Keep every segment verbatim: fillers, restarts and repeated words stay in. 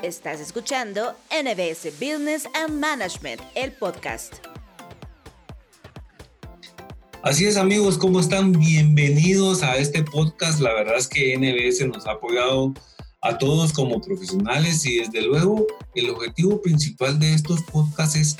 Estás escuchando N B S Business and Management, el podcast. Así es, amigos, ¿cómo están? Bienvenidos a este podcast. La verdad es que N B S nos ha apoyado a todos como profesionales y desde luego el objetivo principal de estos podcasts es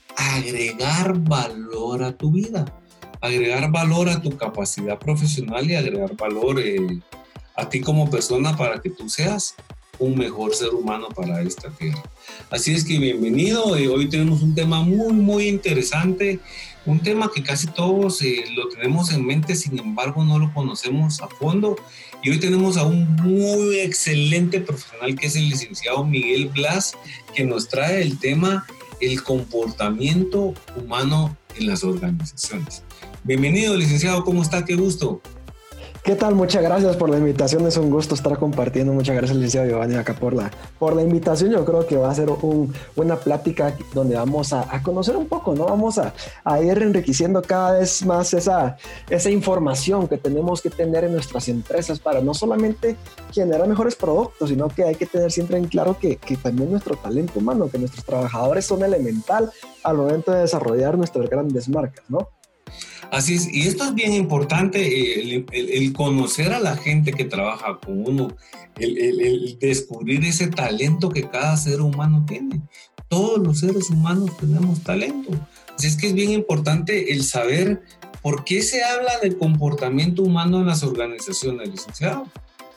agregar valor a tu vida, agregar valor a tu capacidad profesional y agregar valor eh, a ti como persona para que tú seas un mejor ser humano para esta tierra. Así es que bienvenido. Eh, hoy tenemos un tema muy, muy interesante, un tema que casi todos eh, lo tenemos en mente, sin embargo no lo conocemos a fondo. Y hoy tenemos a un muy excelente profesional que es el licenciado Miguel Blas, que nos trae el tema el comportamiento humano en las organizaciones. Bienvenido, licenciado, ¿cómo está? Qué gusto. ¿Qué tal? Muchas gracias por la invitación, es un gusto estar compartiendo. Muchas gracias, licenciado Giovanni, acá por la, por la invitación. Yo creo que va a ser un, una plática donde vamos a, a conocer un poco, ¿no? Vamos a, a ir enriqueciendo cada vez más esa, esa información que tenemos que tener en nuestras empresas para no solamente generar mejores productos, sino que hay que tener siempre en claro que, que también nuestro talento humano, que nuestros trabajadores son elemental al momento de desarrollar nuestras grandes marcas, ¿no? Así es, y esto es bien importante, el, el, el conocer a la gente que trabaja con uno, el, el, el descubrir ese talento que cada ser humano tiene. Todos los seres humanos tenemos talento. Así es que es bien importante el saber por qué se habla de comportamiento humano en las organizaciones, licenciado.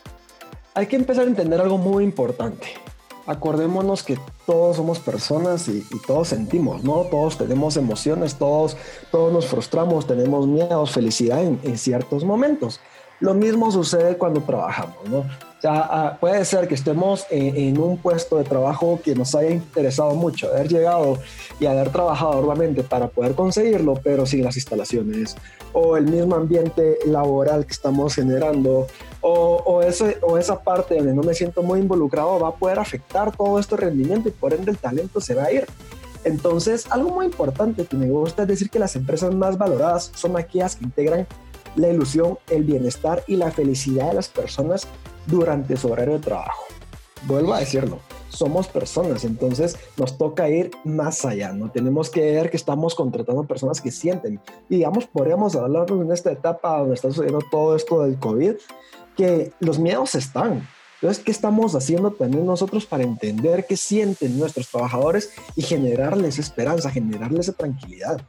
Hay que empezar a entender algo muy importante. Acordémonos que todos somos personas y, y todos sentimos, ¿no? Todos tenemos emociones, todos, todos nos frustramos, tenemos miedos, felicidad en, en ciertos momentos. Lo mismo sucede cuando trabajamos, ¿no? O sea, uh, puede ser que estemos en, en un puesto de trabajo que nos haya interesado mucho, haber llegado y haber trabajado arduamente para poder conseguirlo, pero sin las instalaciones o el mismo ambiente laboral que estamos generando o, o, ese, o esa parte donde no me siento muy involucrado va a poder afectar todo este rendimiento y por ende el talento se va a ir. Entonces, algo muy importante que me gusta es decir que las empresas más valoradas son aquellas que integran la ilusión, el bienestar y la felicidad de las personas durante su horario de trabajo. Vuelvo a decirlo, somos personas, entonces nos toca ir más allá, ¿no? Tenemos que ver que estamos contratando personas que sienten. Y digamos, podríamos hablarlo en esta etapa donde está sucediendo todo esto del COVID, que los miedos están. Entonces, ¿qué estamos haciendo también nosotros para entender qué sienten nuestros trabajadores y generarles esperanza, generarles esa tranquilidad?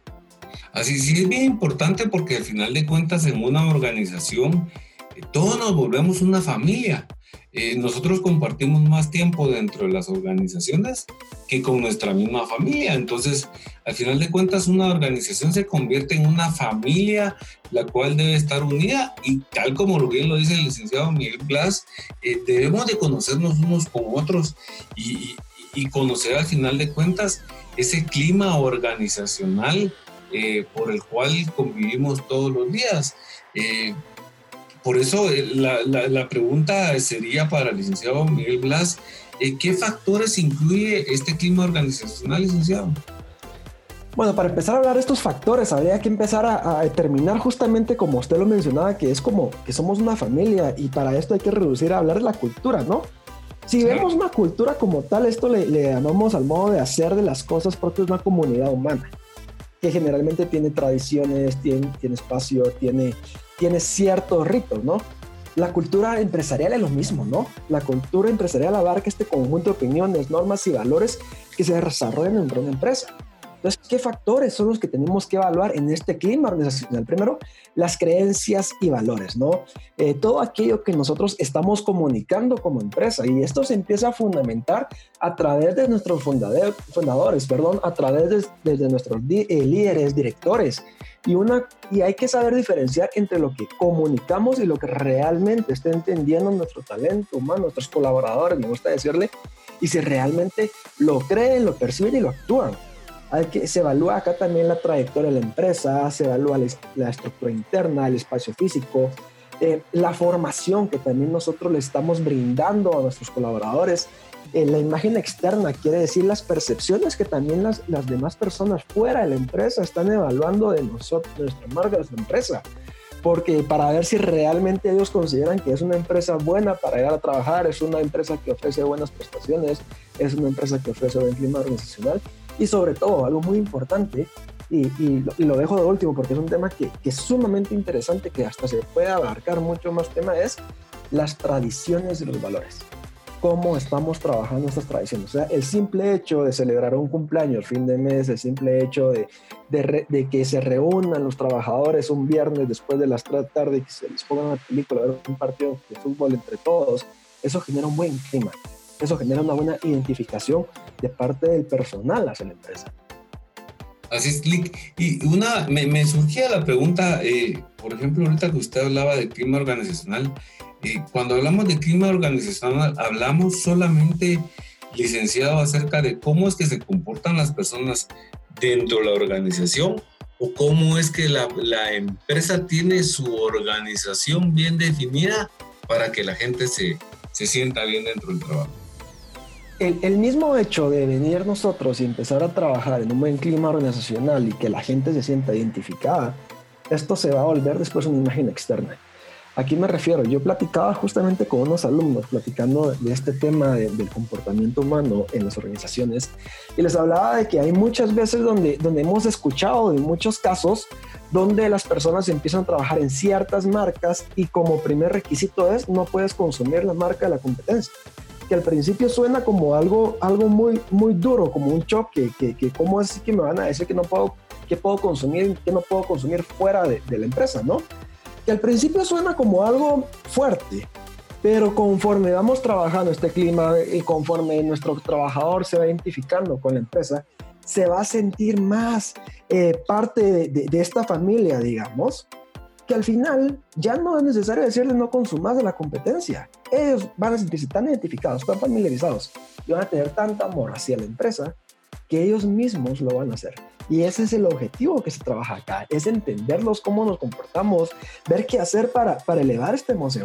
Así sí es bien importante porque al final de cuentas en una organización eh, todos nos volvemos una familia. Eh, nosotros compartimos más tiempo dentro de las organizaciones que con nuestra misma familia. Entonces, al final de cuentas, una organización se convierte en una familia la cual debe estar unida y tal como lo bien lo dice el licenciado Miguel Blas, eh, debemos de conocernos unos con otros y, y, y conocer al final de cuentas ese clima organizacional Eh, por el cual convivimos todos los días. Eh, por eso eh, la, la, la pregunta sería para el licenciado Miguel Blas, eh, ¿qué factores incluye este clima organizacional, licenciado? Bueno, para empezar a hablar de estos factores, habría que empezar a, a determinar justamente como usted lo mencionaba, que es como que somos una familia y para esto hay que reducir a hablar de la cultura, ¿no? Si vemos una cultura como tal, esto le, le llamamos al modo de hacer de las cosas porque es una comunidad humana que generalmente tiene tradiciones, tiene, tiene espacio, tiene, tiene ciertos ritos, ¿no? La cultura empresarial es lo mismo, ¿no? La cultura empresarial abarca este conjunto de opiniones, normas y valores que se desarrollan dentro de una empresa. Entonces, ¿qué factores son los que tenemos que evaluar en este clima organizacional? Primero, las creencias y valores, ¿no? Eh, todo aquello que nosotros estamos comunicando como empresa, y esto se empieza a fundamentar a través de nuestros fundadores, fundadores perdón, a través de, de nuestros di, eh, líderes, directores, y, una, y hay que saber diferenciar entre lo que comunicamos y lo que realmente está entendiendo nuestro talento humano, nuestros colaboradores, me gusta decirle, y si realmente lo creen, lo perciben y lo actúan. Hay que, se evalúa acá también la trayectoria de la empresa, se evalúa la, la estructura interna, el espacio físico, eh, la formación que también nosotros le estamos brindando a nuestros colaboradores, eh, la imagen externa, quiere decir las percepciones que también las, las demás personas fuera de la empresa están evaluando de nosotros, de nuestra marca, de nuestra empresa. porque para ver si realmente ellos consideran que es una empresa buena para llegar a trabajar, es una empresa que ofrece buenas prestaciones, es una empresa que ofrece buen clima organizacional y sobre todo, algo muy importante, y, y, lo, y lo dejo de último porque es un tema que, que es sumamente interesante, que hasta se puede abarcar mucho más tema, es las tradiciones y los valores. Cómo estamos trabajando estas tradiciones. O sea, el simple hecho de celebrar un cumpleaños fin de mes, el simple hecho de, de, re, de que se reúnan los trabajadores un viernes después de las tres de la tarde y que se les ponga una película, ver un partido de fútbol entre todos, eso genera un buen clima. Eso genera una buena identificación de parte del personal hacia la empresa. Así es, Lick. Y una, me, me surgía la pregunta, eh, por ejemplo, ahorita que usted hablaba de clima organizacional, eh, cuando hablamos de clima organizacional, hablamos solamente, licenciado, acerca de cómo es que se comportan las personas dentro de la organización o cómo es que la, la empresa tiene su organización bien definida para que la gente se, se sienta bien dentro del trabajo. El, el mismo hecho de venir nosotros y empezar a trabajar en un buen clima organizacional y que la gente se sienta identificada, esto se va a volver después una imagen externa. ¿A qué me refiero? Yo platicaba justamente con unos alumnos, platicando de este tema de, del comportamiento humano en las organizaciones, y les hablaba de que hay muchas veces donde, donde hemos escuchado de muchos casos donde las personas empiezan a trabajar en ciertas marcas y como primer requisito es no puedes consumir la marca de la competencia. Que al principio suena como algo, algo muy, muy duro, como un choque, que, que cómo es que me van a decir que no puedo, que puedo consumir, que no puedo consumir fuera de, de la empresa, ¿no? Que al principio suena como algo fuerte, pero conforme vamos trabajando este clima y conforme nuestro trabajador se va identificando con la empresa, se va a sentir más eh, parte de, de, de esta familia, digamos, que al final ya no es necesario decirles no consumas de la competencia. Ellos van a sentirse tan identificados, tan familiarizados y van a tener tanto amor hacia la empresa que ellos mismos lo van a hacer. Y ese es el objetivo que se trabaja acá, es entenderlos, cómo nos comportamos, ver qué hacer para, para elevar esta emoción.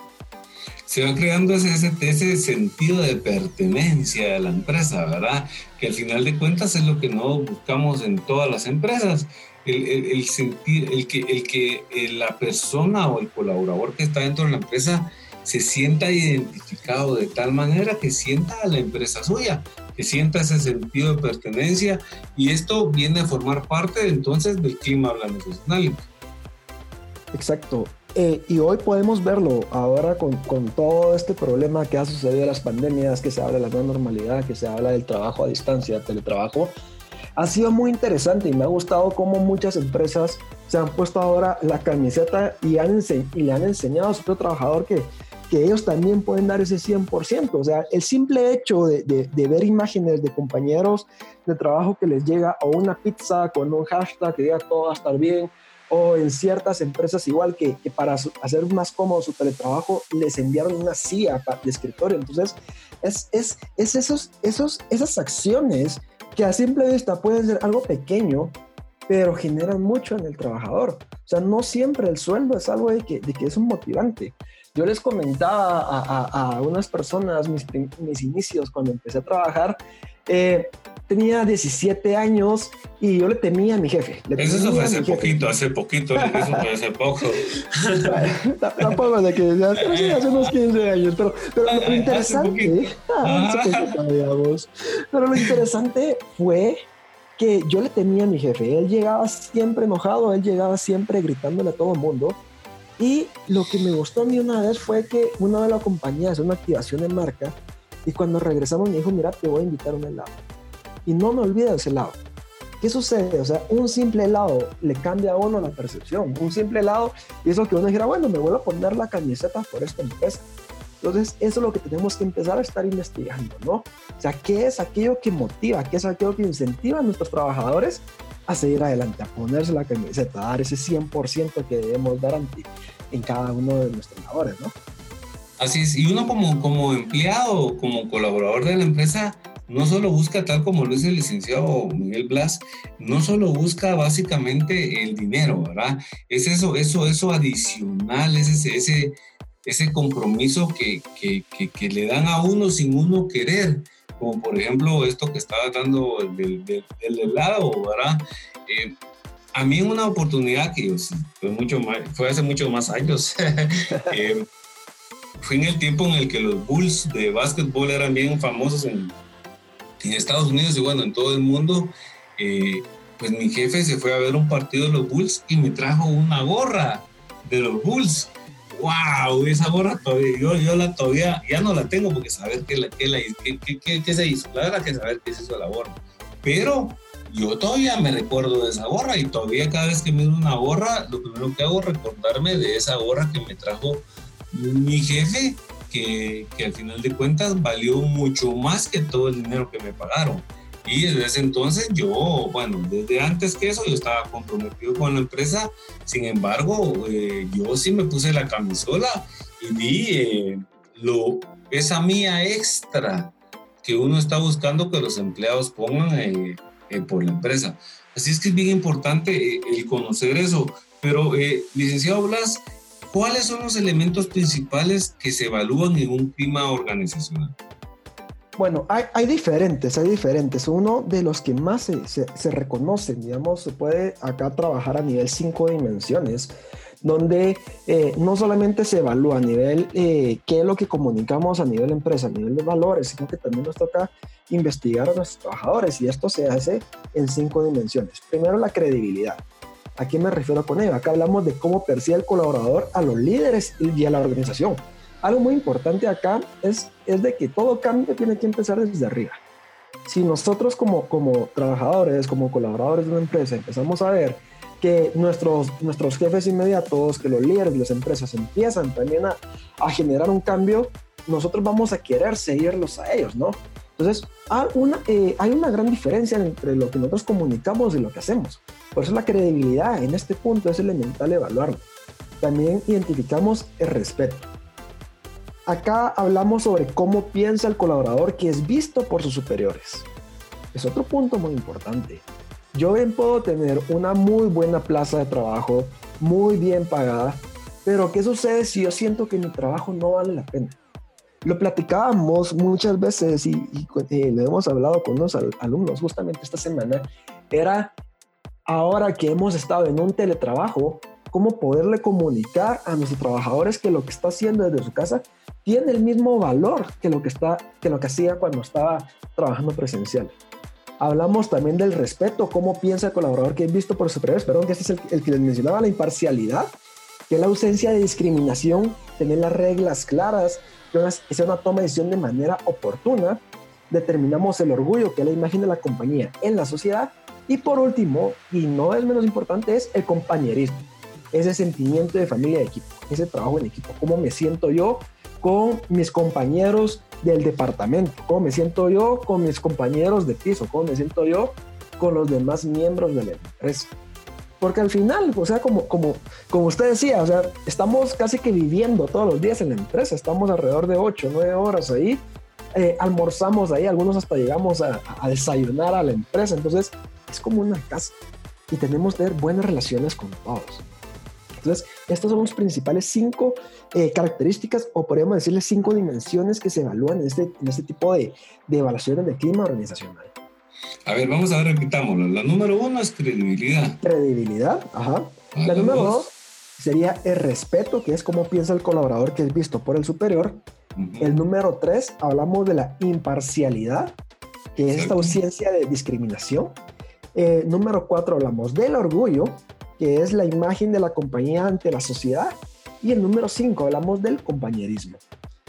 Se va creando ese, ese, ese sentido de pertenencia de la empresa, ¿verdad? Que al final de cuentas es lo que no buscamos en todas las empresas. El, el, el sentir, el que, el que la persona o el colaborador que está dentro de la empresa se sienta identificado de tal manera que sienta a la empresa suya, que sienta ese sentido de pertenencia, y esto viene a formar parte entonces del clima organizacional. Exacto. Eh, y hoy podemos verlo ahora con, con todo este problema que ha sucedido de las pandemias, que se habla de la nueva normalidad, que se habla del trabajo a distancia, teletrabajo. Ha sido muy interesante y me ha gustado cómo muchas empresas se han puesto ahora la camiseta y, han ense- y le han enseñado a su propio trabajador que, que ellos también pueden dar ese cien por ciento. O sea, el simple hecho de, de, de ver imágenes de compañeros de trabajo que les llega o una pizza con un hashtag que diga todo va a estar bien, o en ciertas empresas igual que, que para su, hacer más cómodo su teletrabajo les enviaron una silla de escritorio. Entonces, es, es, es esos, esos, esas acciones que a simple vista pueden ser algo pequeño, pero generan mucho en el trabajador. O sea, no siempre el sueldo es algo de que, de que es un motivante. Yo les comentaba a, a, a unas personas mis, mis inicios cuando empecé a trabajar. Eh, tenía diecisiete años y yo le temía a mi jefe. Le Eso fue hace poquito, hace poquito, eso fue hace poco. Tampoco de que ya hace unos quince años, pero, pero lo interesante, poquito, digamos, pero lo interesante fue que yo le temía a mi jefe. Él llegaba siempre enojado, él llegaba siempre gritándole a todo el mundo. Y lo que me gustó a mí una vez fue que una vez lo acompañé a hacer una activación de marca y cuando regresamos me dijo, mira, te voy a invitar a un helado. Y no me olvides ese helado. ¿Qué sucede? O sea, un simple helado le cambia a uno la percepción. Un simple helado hizo que uno dijera, bueno, me vuelvo a poner la camiseta por esta empresa. Entonces, eso es lo que tenemos que empezar a estar investigando, ¿no? O sea, ¿qué es aquello que motiva? ¿Qué es aquello que incentiva a nuestros trabajadores a seguir adelante, a ponerse la camiseta, a dar ese cien por ciento que debemos dar ante, en cada uno de nuestros labores, ¿no? Así es, y uno como, como empleado, como colaborador de la empresa, no solo busca, tal como lo dice el licenciado Miguel Blas, no solo busca básicamente el dinero, ¿verdad? Es eso, eso, eso adicional, es ese, ese, ese compromiso que, que, que, que le dan a uno sin uno querer, como por ejemplo esto que estaba dando del, del, del helado, ¿verdad? Eh, a mí en una oportunidad que yo, fue, mucho más, fue hace muchos más años, eh, fue en el tiempo en el que los Bulls de básquetbol eran bien famosos en, en Estados Unidos y bueno, en todo el mundo. Eh, pues mi jefe se fue a ver un partido de los Bulls y me trajo una gorra de los Bulls. ¡Wow! Esa gorra todavía, yo, yo la todavía, ya no la tengo porque saber qué, la, qué, la, qué, qué, qué, qué se hizo. La verdad que saber qué se hizo la gorra. Pero yo todavía me recuerdo de esa gorra y todavía cada vez que miro una gorra, lo primero que hago es recordarme de esa gorra que me trajo mi jefe, que, que al final de cuentas valió mucho más que todo el dinero que me pagaron. Y desde ese entonces yo, bueno, desde antes que eso yo estaba comprometido con la empresa. Sin embargo, eh, yo sí me puse la camisola y di eh, lo, esa mía extra que uno está buscando que los empleados pongan eh, eh, por la empresa. Así es que es bien importante eh, el conocer eso. Pero, eh, licenciado Blas, ¿cuáles son los elementos principales que se evalúan en un clima organizacional? Bueno, hay, hay diferentes, hay diferentes. Uno de los que más se, se, se reconocen, digamos, se puede acá trabajar a nivel cinco dimensiones, donde eh, no solamente se evalúa a nivel eh, qué es lo que comunicamos a nivel empresa, a nivel de valores, sino que también nos toca investigar a nuestros trabajadores y esto se hace en cinco dimensiones. Primero, la credibilidad. ¿A qué me refiero con ello? Acá hablamos de cómo percibe el colaborador a los líderes y a la organización. Algo muy importante acá es, es de que todo cambio tiene que empezar desde arriba. Si nosotros como, como trabajadores, como colaboradores de una empresa empezamos a ver que nuestros, nuestros jefes inmediatos, que los líderes de las empresas empiezan también a, a generar un cambio, nosotros vamos a querer seguirlos a ellos, ¿no? Entonces, hay una, eh, hay una gran diferencia entre lo que nosotros comunicamos y lo que hacemos. Por eso la credibilidad en este punto es elemental evaluarlo. También identificamos el respeto. Acá hablamos sobre cómo piensa el colaborador que es visto por sus superiores. Es otro punto muy importante. Yo bien puedo tener una muy buena plaza de trabajo, muy bien pagada, pero ¿qué sucede si yo siento que mi trabajo no vale la pena? Lo platicábamos muchas veces y, y eh, lo hemos hablado con unos al, alumnos justamente esta semana. Era ahora que hemos estado en un teletrabajo, cómo poderle comunicar a nuestros trabajadores que lo que está haciendo desde su casa tiene el mismo valor que lo que, está, que lo que hacía cuando estaba trabajando presencial. Hablamos también del respeto, cómo piensa el colaborador que es visto por superiores, perdón, que este es el, el que les mencionaba, la imparcialidad, que es la ausencia de discriminación, tener las reglas claras, que es una toma de decisión de manera oportuna. Determinamos el orgullo, que es la imagen de la compañía en la sociedad. Y por último, y no es menos importante, es el compañerismo. Ese sentimiento de familia y equipo, ese trabajo en equipo, cómo me siento yo con mis compañeros del departamento, cómo me siento yo con mis compañeros de piso, cómo me siento yo con los demás miembros de la empresa. Porque al final, o sea, como, como, como usted decía, o sea, estamos casi que viviendo todos los días en la empresa, estamos alrededor de ocho, nueve horas ahí, eh, almorzamos ahí, algunos hasta llegamos a, a desayunar a la empresa, entonces es como una casa y tenemos que tener buenas relaciones con todos. Entonces, estas son las principales cinco eh, características, o podríamos decirle cinco dimensiones que se evalúan en este, en este tipo de, de evaluaciones de clima organizacional. A ver, vamos a ver, repitámoslo. La número uno es credibilidad. Credibilidad, ajá. La, la número dos. dos sería el respeto, que es cómo piensa el colaborador que es visto por el superior. Uh-huh. El número tres, hablamos de la imparcialidad, que es Exacto. esta ausencia de discriminación. Eh, número cuatro, hablamos del orgullo, que es la imagen de la compañía ante la sociedad. Y el número cinco, hablamos del compañerismo.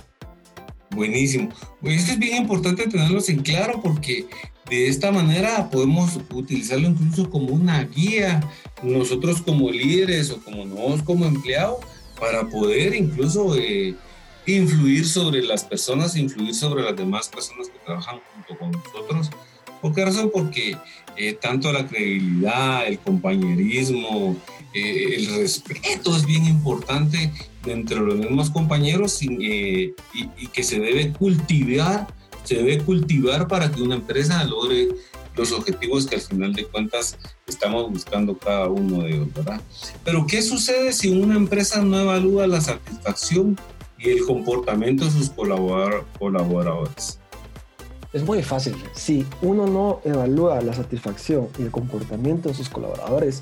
Buenísimo. Pues esto es bien importante tenerlos en claro porque de esta manera podemos utilizarlo incluso como una guía, nosotros como líderes o como nosotros como empleados, para poder incluso eh, influir sobre las personas, influir sobre las demás personas que trabajan junto con nosotros. ¿Por qué razón? Porque eh, tanto la credibilidad, el compañerismo, eh, el respeto es bien importante entre los mismos compañeros y, eh, y, y que se debe cultivar, se debe cultivar para que una empresa logre los objetivos que al final de cuentas estamos buscando cada uno de ellos, ¿verdad? Pero ¿qué sucede si una empresa no evalúa la satisfacción y el comportamiento de sus colabor- colaboradores? Es muy fácil. Si uno no evalúa la satisfacción y el comportamiento de sus colaboradores,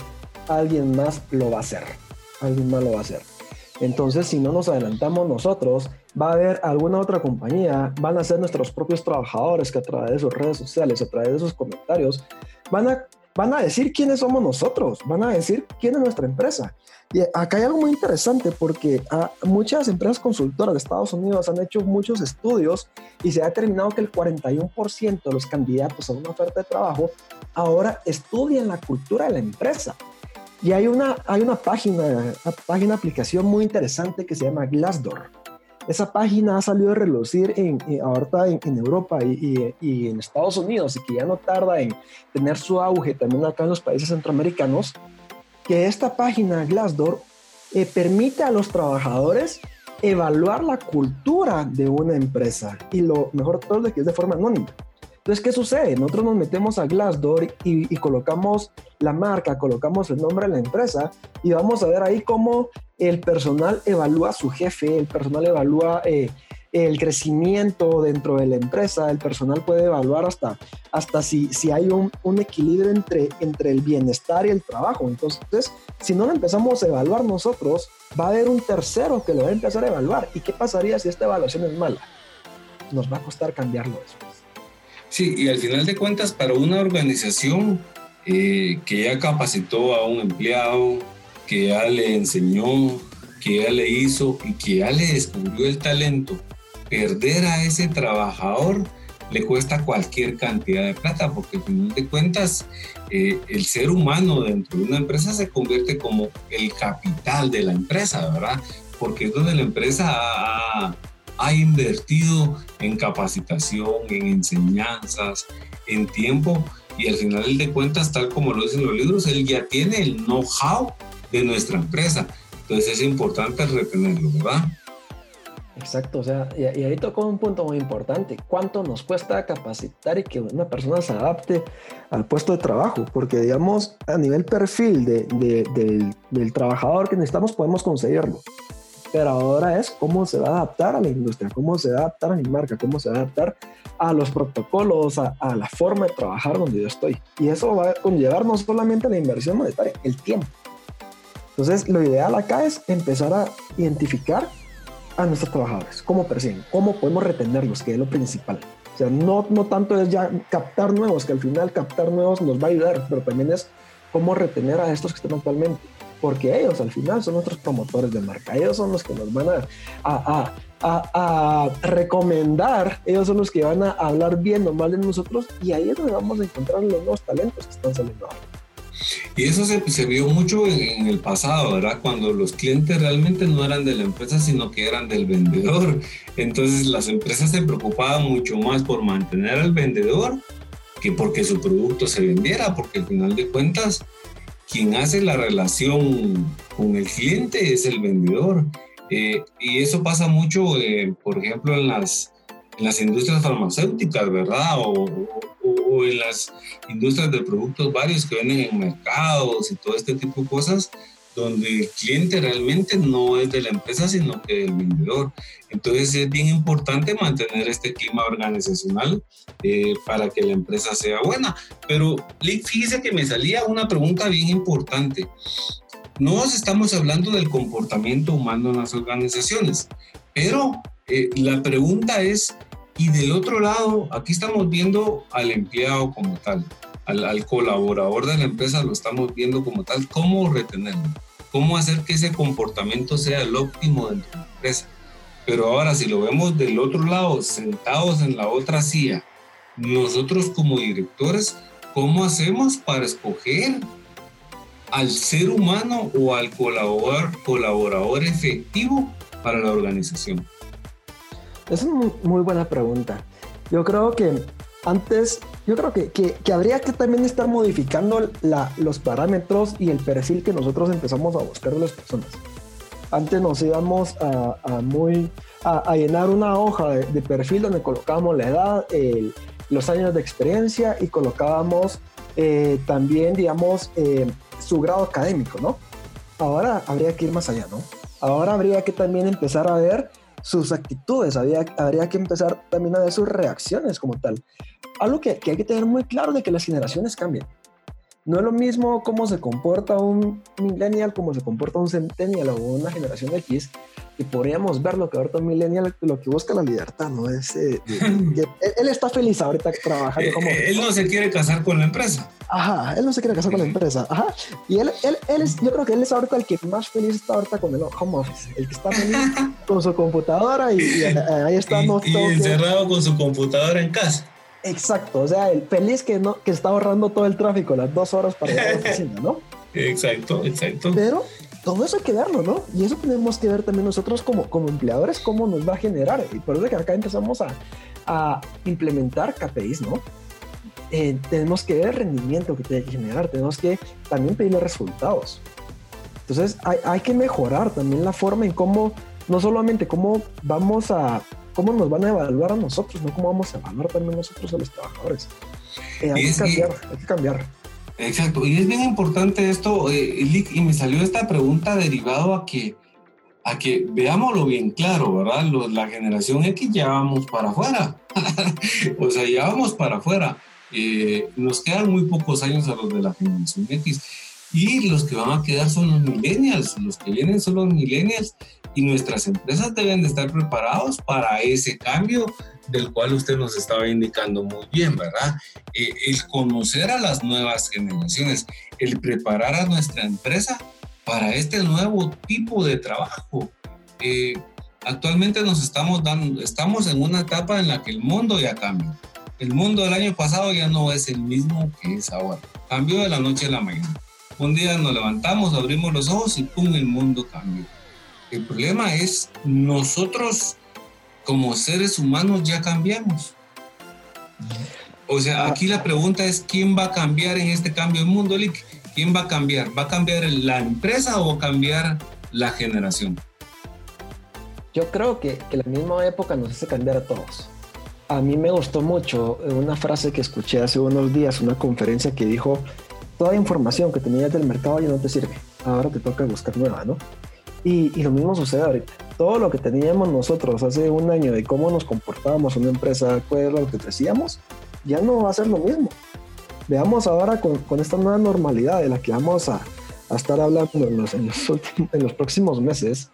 alguien más lo va a hacer. Alguien más lo va a hacer. Entonces, si no nos adelantamos nosotros, va a haber alguna otra compañía, van a ser nuestros propios trabajadores que a través de sus redes sociales, a través de sus comentarios, van a, van a decir quiénes somos nosotros, van a decir quién es nuestra empresa. Y acá hay algo muy interesante porque a muchas empresas consultoras de Estados Unidos han hecho muchos estudios y se ha determinado que el cuarenta y uno por ciento de los candidatos a una oferta de trabajo ahora estudian la cultura de la empresa. Y hay una, hay una página, una página aplicación muy interesante que se llama Glassdoor. Esa página ha salido a relucir en, en, ahorita en, en Europa y, y, y en Estados Unidos, y que ya no tarda en tener su auge también acá en los países centroamericanos, que esta página Glassdoor eh, permite a los trabajadores evaluar la cultura de una empresa, y lo mejor de todo es que es de forma anónima. Entonces, ¿qué sucede? Nosotros nos metemos a Glassdoor y, y colocamos la marca, colocamos el nombre de la empresa y vamos a ver ahí cómo el personal evalúa a su jefe, el personal evalúa eh, el crecimiento dentro de la empresa, el personal puede evaluar hasta, hasta si, si hay un, un equilibrio entre, entre el bienestar y el trabajo. Entonces, si no lo empezamos a evaluar nosotros, va a haber un tercero que lo va a empezar a evaluar. ¿Y qué pasaría si esta evaluación es mala? Nos va a costar cambiarlo después. Sí, y al final de cuentas, para una organización eh, que ya capacitó a un empleado, que ya le enseñó, que ya le hizo y que ya le descubrió el talento, perder a ese trabajador le cuesta cualquier cantidad de plata, porque al final de cuentas eh, el ser humano dentro de una empresa se convierte como el capital de la empresa, ¿verdad? Porque es donde la empresa ha, ha invertido en capacitación, en enseñanzas, en tiempo, y al final de cuentas, tal como lo dicen los libros, él ya tiene el know-how de nuestra empresa. Entonces es importante retenerlo, ¿verdad? Exacto, o sea, y, y ahí tocó un punto muy importante. ¿Cuánto nos cuesta capacitar y que una persona se adapte al puesto de trabajo? Porque, digamos, a nivel perfil de, de, de, del trabajador que necesitamos, podemos conseguirlo. Pero ahora es cómo se va a adaptar a la industria, cómo se va a adaptar a mi marca, cómo se va a adaptar a los protocolos, a, a la forma de trabajar donde yo estoy. Y eso va a conllevar no solamente la inversión monetaria, el tiempo. Entonces, lo ideal acá es empezar a identificar a nuestros trabajadores, cómo persiguen, cómo podemos retenerlos, que es lo principal. O sea, no, no tanto es ya captar nuevos, que al final captar nuevos nos va a ayudar, pero también es cómo retener a estos que están actualmente, porque ellos al final son nuestros promotores de marca, ellos son los que nos van a, a, a, a, a recomendar, ellos son los que van a hablar bien o mal de nosotros, y ahí es donde vamos a encontrar los nuevos talentos que están saliendo ahora. Y eso se, se vio mucho en, en el pasado, ¿verdad? Cuando los clientes realmente no eran de la empresa, sino que eran del vendedor. Entonces las empresas se preocupaban mucho más por mantener al vendedor que porque su producto se vendiera, porque al final de cuentas, quien hace la relación con el cliente es el vendedor. Eh, y eso pasa mucho, eh, por ejemplo, en las, en las industrias farmacéuticas, ¿verdad? O, o, o en las industrias de productos varios que venden en mercados y todo este tipo de cosas, donde el cliente realmente no es de la empresa, sino que del vendedor. Entonces es bien importante mantener este clima organizacional eh, para que la empresa sea buena. Pero fíjese que me salía una pregunta bien importante. No estamos hablando del comportamiento humano en las organizaciones, pero eh, la pregunta es, y del otro lado, aquí estamos viendo al empleado como tal, al, al colaborador de la empresa lo estamos viendo como tal, ¿cómo retenerlo? ¿Cómo hacer que ese comportamiento sea el óptimo dentro de la empresa? Pero ahora, si lo vemos del otro lado, sentados en la otra silla, nosotros como directores, ¿cómo hacemos para escoger al ser humano o al colaborador, colaborador efectivo para la organización? Es una muy buena pregunta. Yo creo que antes, yo creo que, que, que habría que también estar modificando la, los parámetros y el perfil que nosotros empezamos a buscar de las personas. Antes nos íbamos a, a, muy, a, a llenar una hoja de, de perfil donde colocábamos la edad, el, los años de experiencia y colocábamos eh, también, digamos, eh, su grado académico, ¿no? Ahora habría que ir más allá, ¿no? Ahora habría que también empezar a ver sus actitudes, habría, habría que empezar también a ver sus reacciones como tal. Algo que, que hay que tener muy claro de que las generaciones cambian. No es lo mismo cómo se comporta un millennial, cómo se comporta un centennial o una generación X, y podríamos ver lo que ahorita un millennial lo que busca la libertad, ¿no? Es, eh, de, de, él, él está feliz ahorita trabajando como... Eh, él no se quiere casar con la empresa. Ajá, él no se quiere casar con la empresa. Ajá. Y él, él, él es, yo creo que él es ahorita el que más feliz está ahorita con el home office. El que está feliz con su computadora y, y ahí está. Y, no y encerrado con su computadora en casa. Exacto, o sea, el feliz que, no, que está ahorrando todo el tráfico, las dos horas para llegar a la oficina, ¿no? Exacto, exacto. Pero todo eso hay que verlo, ¿no? Y eso tenemos que ver también nosotros como, como empleadores, cómo nos va a generar. Y por eso que acá empezamos a, a implementar K P Is, ¿no? Eh, tenemos que ver el rendimiento que tiene que generar, tenemos que también pedirle resultados. Entonces hay, hay que mejorar también la forma en cómo, no solamente cómo vamos a, cómo nos van a evaluar a nosotros, no cómo vamos a evaluar también nosotros a los trabajadores. Eh, hay, que cambiar, que, hay que cambiar. Exacto, y es bien importante esto, eh, y me salió esta pregunta derivado a que, a que veámoslo bien claro, ¿verdad? Los, la generación X ya vamos para afuera, o sea, ya vamos para afuera. Eh, nos quedan muy pocos años a los de la generación X y los que van a quedar son los millennials, los que vienen son los millennials y nuestras empresas deben de estar preparados para ese cambio del cual usted nos estaba indicando muy bien, ¿verdad? Eh, el conocer a las nuevas generaciones, el preparar a nuestra empresa para este nuevo tipo de trabajo. Eh, actualmente nos estamos dando, estamos en una etapa en la que el mundo ya cambia. El mundo del año pasado ya no es el mismo que es ahora. Cambió de la noche a la mañana. Un día nos levantamos, abrimos los ojos y ¡pum! El mundo cambió. El problema es nosotros como seres humanos ya cambiamos. O sea, aquí la pregunta es ¿quién va a cambiar en este cambio del mundo, Lick? ¿Quién va a cambiar? ¿Va a cambiar la empresa o va a cambiar la generación? Yo creo que, que la misma época nos hace cambiar a todos. A mí me gustó mucho una frase que escuché hace unos días, una conferencia que dijo: toda información que tenías del mercado ya no te sirve, ahora te toca buscar nueva, ¿no? Y, y lo mismo sucede ahorita. Todo lo que teníamos nosotros hace un año de cómo nos comportábamos en una empresa, cuál era lo que ofrecíamos, ya no va a ser lo mismo. Veamos ahora con, con esta nueva normalidad de la que vamos a, a estar hablando en los, en, los últimos, en los próximos meses.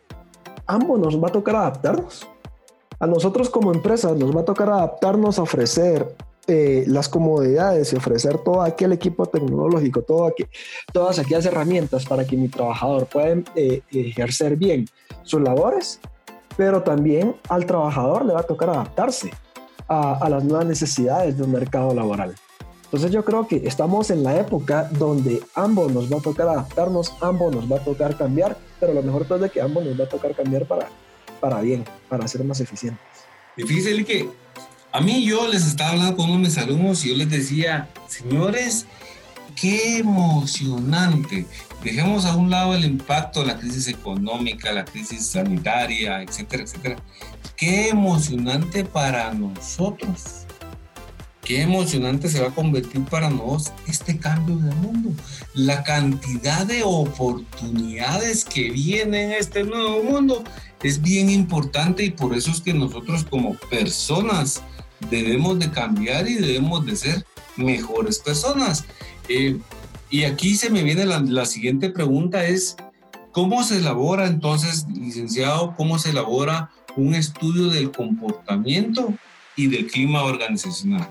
Ambos nos va a tocar adaptarnos. A nosotros como empresas nos va a tocar adaptarnos a ofrecer eh, las comodidades y ofrecer todo aquel equipo tecnológico, todo aquel, todas aquellas herramientas para que mi trabajador pueda eh, ejercer bien sus labores, pero también al trabajador le va a tocar adaptarse a, a las nuevas necesidades de un mercado laboral. Entonces yo creo que estamos en la época donde ambos nos va a tocar adaptarnos, ambos nos va a tocar cambiar, pero lo mejor es de que ambos nos va a tocar cambiar para para bien, para ser más eficientes. Y fíjense que a mí yo les estaba hablando con uno de mis alumnos y yo les decía, señores, qué emocionante. Dejemos a un lado el impacto de la crisis económica, la crisis sanitaria, etcétera, etcétera. Qué emocionante para nosotros. Qué emocionante se va a convertir para nosotros este cambio de mundo. La cantidad de oportunidades que vienen en este nuevo mundo es bien importante y por eso es que nosotros como personas debemos de cambiar y debemos de ser mejores personas. Eh, y aquí se me viene la, la siguiente pregunta es, ¿cómo se elabora entonces, licenciado, cómo se elabora un estudio del comportamiento y del clima organizacional?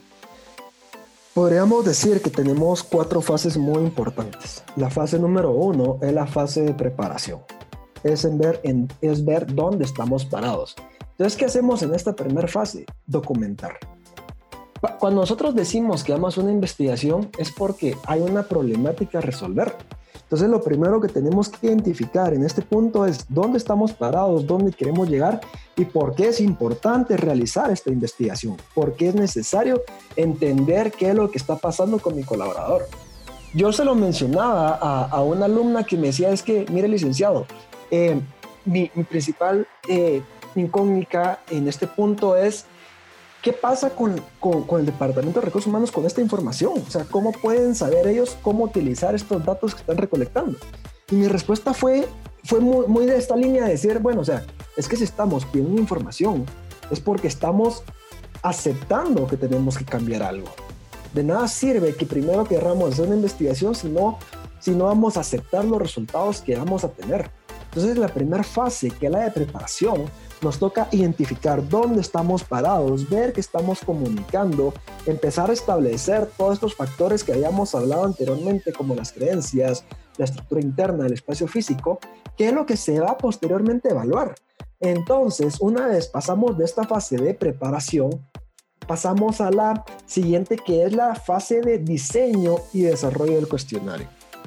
Podríamos decir que tenemos cuatro fases muy importantes. La fase número uno es la fase de preparación. Es, en ver, en, es ver dónde estamos parados. Entonces, ¿qué hacemos en esta primera fase? Documentar. Cuando nosotros decimos que vamos a una investigación es porque hay una problemática a resolver. Entonces, lo primero que tenemos que identificar en este punto es dónde estamos parados, dónde queremos llegar y por qué es importante realizar esta investigación. Por qué es necesario entender qué es lo que está pasando con mi colaborador. Yo se lo mencionaba a, a una alumna que me decía, es que, mire, licenciado, eh, mi, mi principal eh, incógnita en este punto es ¿qué pasa con, con, con el Departamento de Recursos Humanos con esta información? O sea, ¿cómo pueden saber ellos cómo utilizar estos datos que están recolectando? Y mi respuesta fue, fue muy, muy de esta línea de decir, bueno, o sea, es que si estamos pidiendo información es porque estamos aceptando que tenemos que cambiar algo. De nada sirve que primero queramos hacer una investigación si no, si no vamos a aceptar los resultados que vamos a tener. Entonces, la primera fase, que es la de preparación, nos toca identificar dónde estamos parados, ver qué estamos comunicando, empezar a establecer todos estos factores que habíamos hablado anteriormente, como las creencias, la estructura interna, el espacio físico, que es lo que se va posteriormente a evaluar. Entonces, una vez pasamos de esta fase de preparación, pasamos a la siguiente, que es la fase de diseño y desarrollo del cuestionario.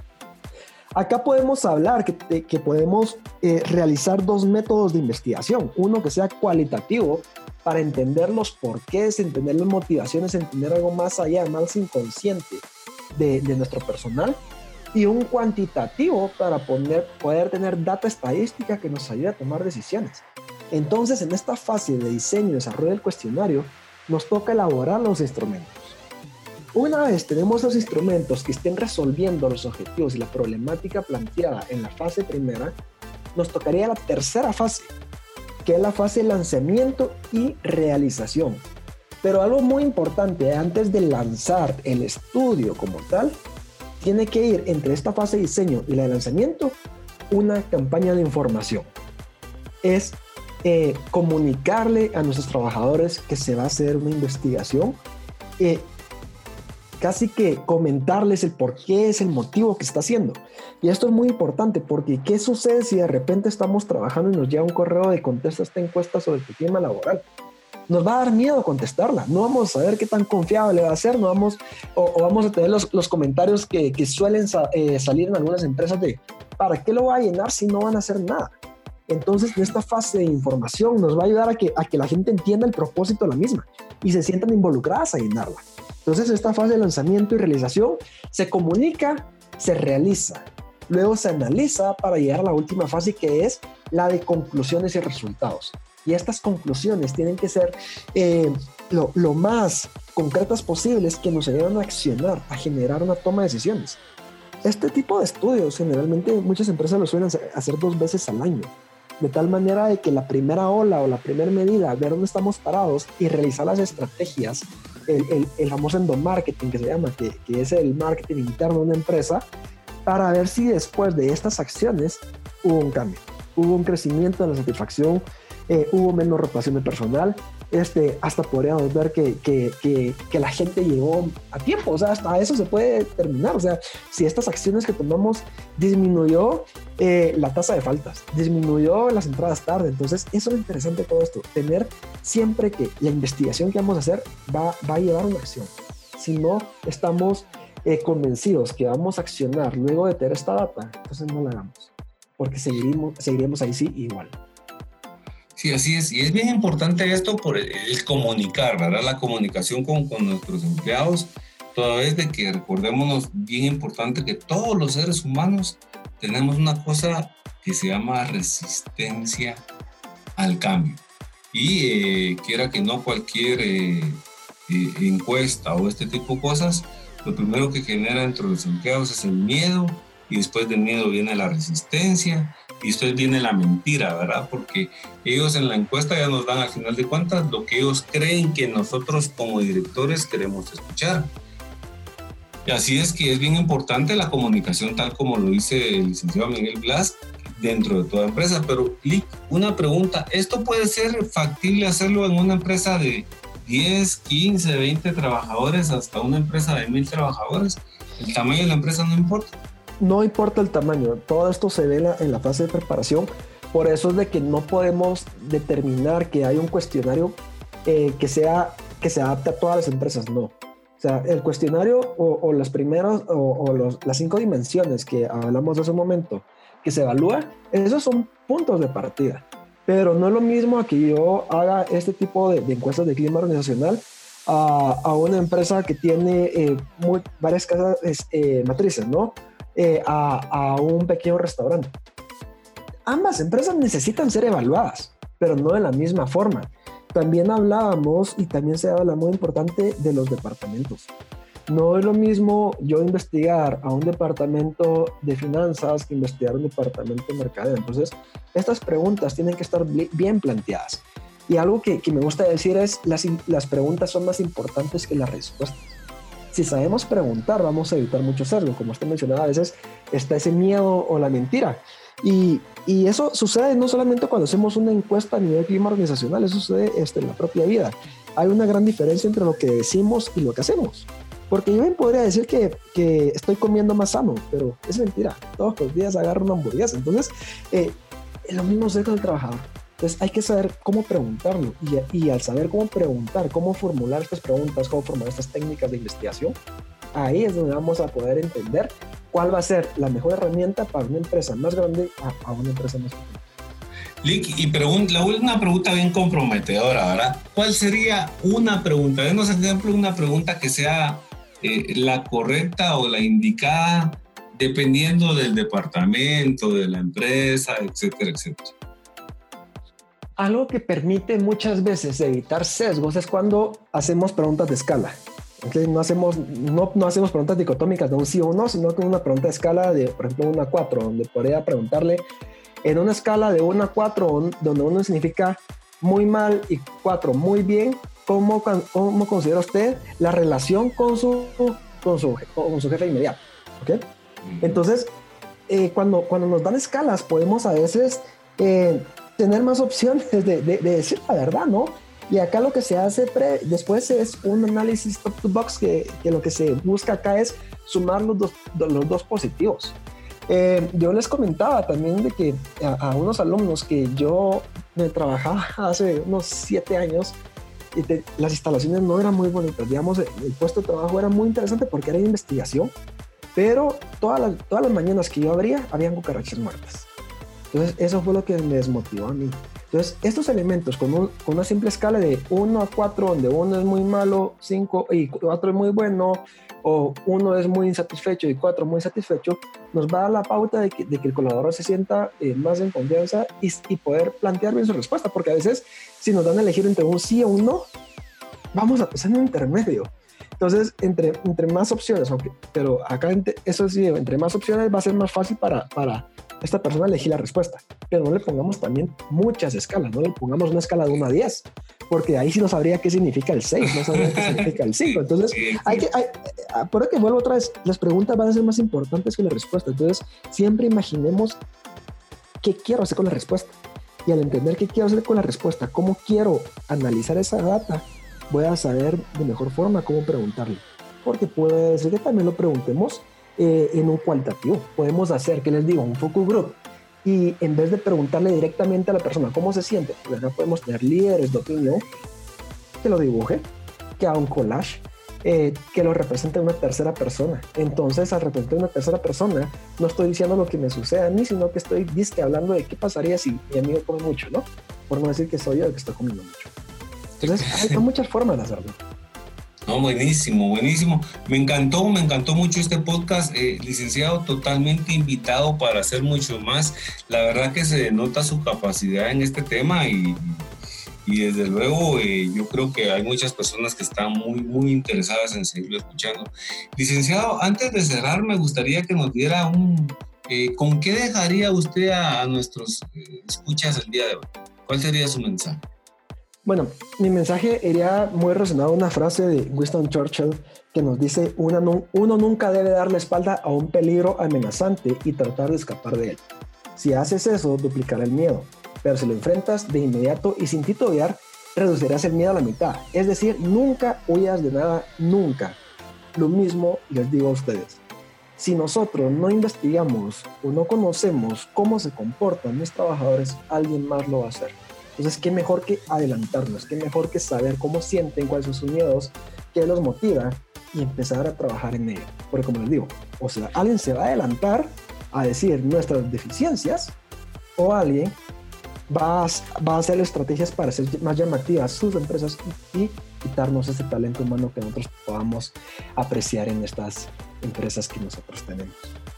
Acá podemos hablar que, que podemos eh, realizar dos métodos de investigación. Uno que sea cualitativo, para entender los porqués, entender las motivaciones, entender algo más allá, más inconsciente de, de nuestro personal. Y un cuantitativo para poner, poder tener data estadística que nos ayude a tomar decisiones. Entonces, en esta fase de diseño y desarrollo del cuestionario, nos toca elaborar los instrumentos. Una vez tenemos los instrumentos que estén resolviendo los objetivos y la problemática planteada en la fase primera, nos tocaría la tercera fase, que es la fase de lanzamiento y realización. Pero algo muy importante, antes de lanzar el estudio como tal, tiene que ir entre esta fase de diseño y la de lanzamiento una campaña de información. Es eh, comunicarle a nuestros trabajadores que se va a hacer una investigación, eh, casi que comentarles el por qué es el motivo que está haciendo. Y esto es muy importante porque ¿qué sucede si de repente estamos trabajando y nos llega un correo de contesta esta encuesta sobre tu clima laboral? Nos va a dar miedo contestarla, no vamos a saber qué tan confiable va a ser, no vamos, o, o vamos a tener los, los comentarios que, que suelen sa, eh, salir en algunas empresas de ¿para qué lo va a llenar si no van a hacer nada? Entonces, en esta fase de información nos va a ayudar a que, a que la gente entienda el propósito de la misma y se sientan involucradas a llenarla. Entonces, esta fase de lanzamiento y realización se comunica, se realiza, luego se analiza para llegar a la última fase, que es la de conclusiones y resultados. Y estas conclusiones tienen que ser eh, lo, lo más concretas posibles, que nos ayudan a accionar, a generar una toma de decisiones. Este tipo de estudios, generalmente muchas empresas lo suelen hacer dos veces al año, de tal manera de que la primera ola o la primera medida, ver dónde estamos parados y realizar las estrategias, el, el, el famoso endomarketing que se llama, que, que es el marketing interno de una empresa, para ver si después de estas acciones hubo un cambio, hubo un crecimiento en la satisfacción, eh, hubo menos rotación de personal, este, hasta podríamos ver que, que, que, que la gente llegó a tiempo, o sea, hasta eso se puede determinar, o sea, si estas acciones que tomamos disminuyó eh, la tasa de faltas, disminuyó las entradas tarde. Entonces eso es lo interesante de todo esto, tener siempre que la investigación que vamos a hacer va, va a llevar una acción. Si no estamos eh, convencidos que vamos a accionar luego de tener esta data, entonces no la hagamos, porque seguiremos, seguiremos ahí sí igual. Sí, así es. Y es bien importante esto por el, el comunicar, ¿verdad? La comunicación con, con nuestros empleados, toda vez de que recordémonos, bien importante que todos los seres humanos tenemos una cosa que se llama resistencia al cambio. Y eh, quiera que no, cualquier eh, eh, encuesta o este tipo de cosas, lo primero que genera entre los empleados es el miedo, y después del miedo viene la resistencia, y después viene la mentira, ¿verdad? Porque ellos en la encuesta ya nos dan al final de cuentas lo que ellos creen que nosotros como directores queremos escuchar. Y así es que es bien importante la comunicación, tal como lo dice el licenciado Miguel Blas, dentro de toda empresa. Pero, Lic, una pregunta, ¿esto puede ser factible hacerlo en una empresa de diez, quince, veinte trabajadores hasta una empresa de mil trabajadores? ¿El tamaño de la empresa no importa? No importa el tamaño, todo esto se ve en la, en la fase de preparación. Por eso es de que no podemos determinar que hay un cuestionario eh, que, sea, que se adapte a todas las empresas, no. O sea, el cuestionario o, o las primeras o, o los, las cinco dimensiones que hablamos hace un momento que se evalúa, esos son puntos de partida. Pero no es lo mismo a que yo haga este tipo de, de encuestas de clima organizacional a, a una empresa que tiene eh, muy, varias casas eh, matrices, ¿no? Eh, a, a un pequeño restaurante. Ambas empresas necesitan ser evaluadas, pero no de la misma forma. También hablábamos, y también se habla muy importante, de los departamentos. No es lo mismo yo investigar a un departamento de finanzas que investigar a un departamento de mercadeo. Entonces, estas preguntas tienen que estar bien planteadas. Y algo que, que me gusta decir es, las, las preguntas son más importantes que las respuestas. si sabemos preguntar, vamos a evitar mucho sesgo. Como usted mencionaba, a veces está ese miedo o la mentira. Y, y eso sucede no solamente cuando hacemos una encuesta a nivel clima organizacional, eso sucede este, en la propia vida. Hay una gran diferencia entre lo que decimos y lo que hacemos. Porque yo bien podría decir que, que estoy comiendo más sano, pero es mentira. Todos los días agarro una hamburguesa. Entonces, eh, lo mismo sucede con el trabajador. Entonces, hay que saber cómo preguntarlo. Y, y al saber cómo preguntar, cómo formular estas preguntas, cómo formular estas técnicas de investigación, ahí es donde vamos a poder entender cuál va a ser la mejor herramienta para una empresa más grande a, a una empresa más pequeña. Lick, y pregunta, una pregunta bien comprometedora, ¿verdad? ¿Cuál sería una pregunta? Denos ejemplo una pregunta que sea eh, la correcta o la indicada dependiendo del departamento, de la empresa, etcétera, etcétera. Algo que permite muchas veces evitar sesgos es cuando hacemos preguntas de escala. ¿Okay? No, hacemos, no, no hacemos preguntas dicotómicas de un sí o un no, sino con una pregunta de escala de, por ejemplo, uno a cuatro, donde podría preguntarle en una escala de uno a cuatro, donde uno significa muy mal y cuatro muy bien, ¿cómo, cómo considera usted la relación con su, con su, con su jefe inmediato? ¿Okay? Entonces, eh, cuando, cuando nos dan escalas, podemos a veces eh, tener más opciones de, de, de decir la verdad, ¿no? Y acá lo que se hace pre, después es un análisis top to box que, que lo que se busca acá es sumar los dos, los dos positivos. Eh, yo les comentaba también de que a, a unos alumnos que yo me trabajaba hace unos siete años y te, las instalaciones no eran muy bonitas, digamos, el, el puesto de trabajo era muy interesante porque era de investigación, pero todas las, todas las mañanas que yo abría, habían cucarachas muertas. Entonces eso fue lo que me desmotivó a mí. Entonces estos elementos con, un, con una simple escala de uno a cuatro, donde uno es muy malo, cinco y cuatro es muy bueno, o uno es muy insatisfecho y cuatro muy satisfecho, nos va a dar la pauta de que, de que el colaborador se sienta eh, más en confianza y, y poder plantear bien su respuesta, porque a veces si nos dan a elegir entre un sí o un no, vamos a pensar en un intermedio. Entonces, entre, entre más opciones, aunque, pero acá eso sí, entre más opciones va a ser más fácil para, para esta persona elegir la respuesta, pero no le pongamos también muchas escalas, no le pongamos una escala de uno a diez, porque ahí sí no sabría qué significa el seis, no sabría qué significa el cinco. Entonces, hay que, hay, por que vuelvo otra vez, las preguntas van a ser más importantes que la respuesta. Entonces, siempre imaginemos qué quiero hacer con la respuesta. Y al entender qué quiero hacer con la respuesta, cómo quiero analizar esa data, voy a saber de mejor forma cómo preguntarle. Porque puede ser que también lo preguntemos eh, en un cualitativo. Podemos hacer, que les digo, un focus group. Y en vez de preguntarle directamente a la persona cómo se siente, pues ya podemos tener líderes de opinión, que lo dibuje, que haga un collage, eh, que lo represente una tercera persona. Entonces, al representar una tercera persona, no estoy diciendo lo que me sucede a mí, sino que estoy disque hablando de qué pasaría si mi amigo come mucho, ¿no? Por no decir que soy yo el que está comiendo mucho. Entonces, hay, hay muchas formas de hacerlo. No, buenísimo, buenísimo. Me encantó, me encantó mucho este podcast. Eh, licenciado, totalmente invitado para hacer mucho más. La verdad que se denota su capacidad en este tema y, y desde luego eh, yo creo que hay muchas personas que están muy, muy interesadas en seguirlo escuchando. Licenciado, antes de cerrar, me gustaría que nos diera un... Eh, ¿con qué dejaría usted a, a nuestros eh, escuchas el día de hoy? ¿Cuál sería su mensaje? Bueno, mi mensaje iría muy relacionado a una frase de Winston Churchill que nos dice: uno, uno nunca debe dar la espalda a un peligro amenazante y tratar de escapar de él. Si haces eso, duplicará el miedo, pero si lo enfrentas de inmediato y sin titubear, reducirás el miedo a la mitad. Es decir, nunca huyas de nada, nunca. Lo mismo les digo a ustedes. Si nosotros no investigamos o no conocemos cómo se comportan mis trabajadores, alguien más lo va a hacer. Entonces, qué mejor que adelantarnos, qué mejor que saber cómo sienten, cuáles son sus miedos, qué los motiva y empezar a trabajar en ello. Porque como les digo, o sea, alguien se va a adelantar a decir nuestras deficiencias o alguien va a, va a hacer estrategias para hacer más llamativas sus empresas y, y quitarnos ese talento humano que nosotros podamos apreciar en estas empresas que nosotros tenemos.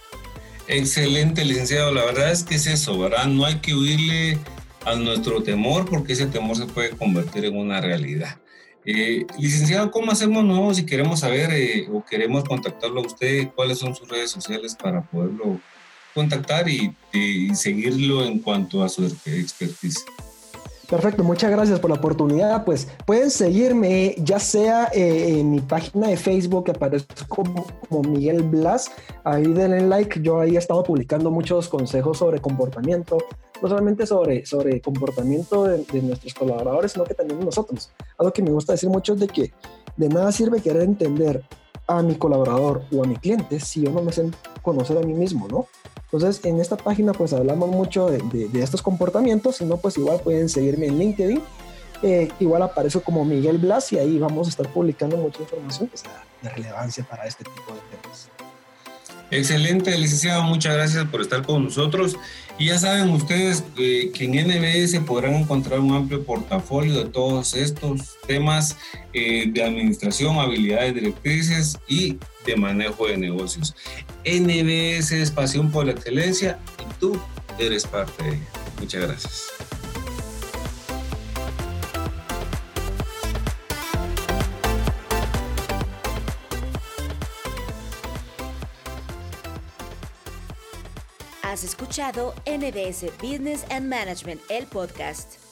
Excelente, licenciado. La verdad es que es eso, ¿verdad? No hay que huirle a nuestro temor, porque ese temor se puede convertir en una realidad. Eh, licenciado, ¿cómo hacemos nuevo si queremos saber eh, o queremos contactarlo a usted? ¿Cuáles son sus redes sociales para poderlo contactar y, y seguirlo en cuanto a su expertise? Perfecto, muchas gracias por la oportunidad. Pues pueden seguirme ya sea eh, en mi página de Facebook que aparece como, como Miguel Blas. Ahí denle like. Yo ahí he estado publicando muchos consejos sobre comportamiento, no solamente sobre, sobre comportamiento de, de nuestros colaboradores, sino que también de nosotros. Algo que me gusta decir mucho es de que de nada sirve querer entender a mi colaborador o a mi cliente si yo no me sé conocer a mí mismo, ¿no? Entonces, en esta página pues hablamos mucho de, de, de estos comportamientos, si no, pues igual pueden seguirme en LinkedIn, eh, igual aparezco como Miguel Blas y ahí vamos a estar publicando mucha información que sea de relevancia para este tipo de temas. Excelente, licenciado, muchas gracias por estar con nosotros. Y ya saben ustedes eh, que en N B S podrán encontrar un amplio portafolio de todos estos temas eh, de administración, habilidades directrices y de manejo de negocios. N B S es pasión por la excelencia y tú eres parte de ella. Muchas gracias. Has escuchado N B S Business and Management, el podcast.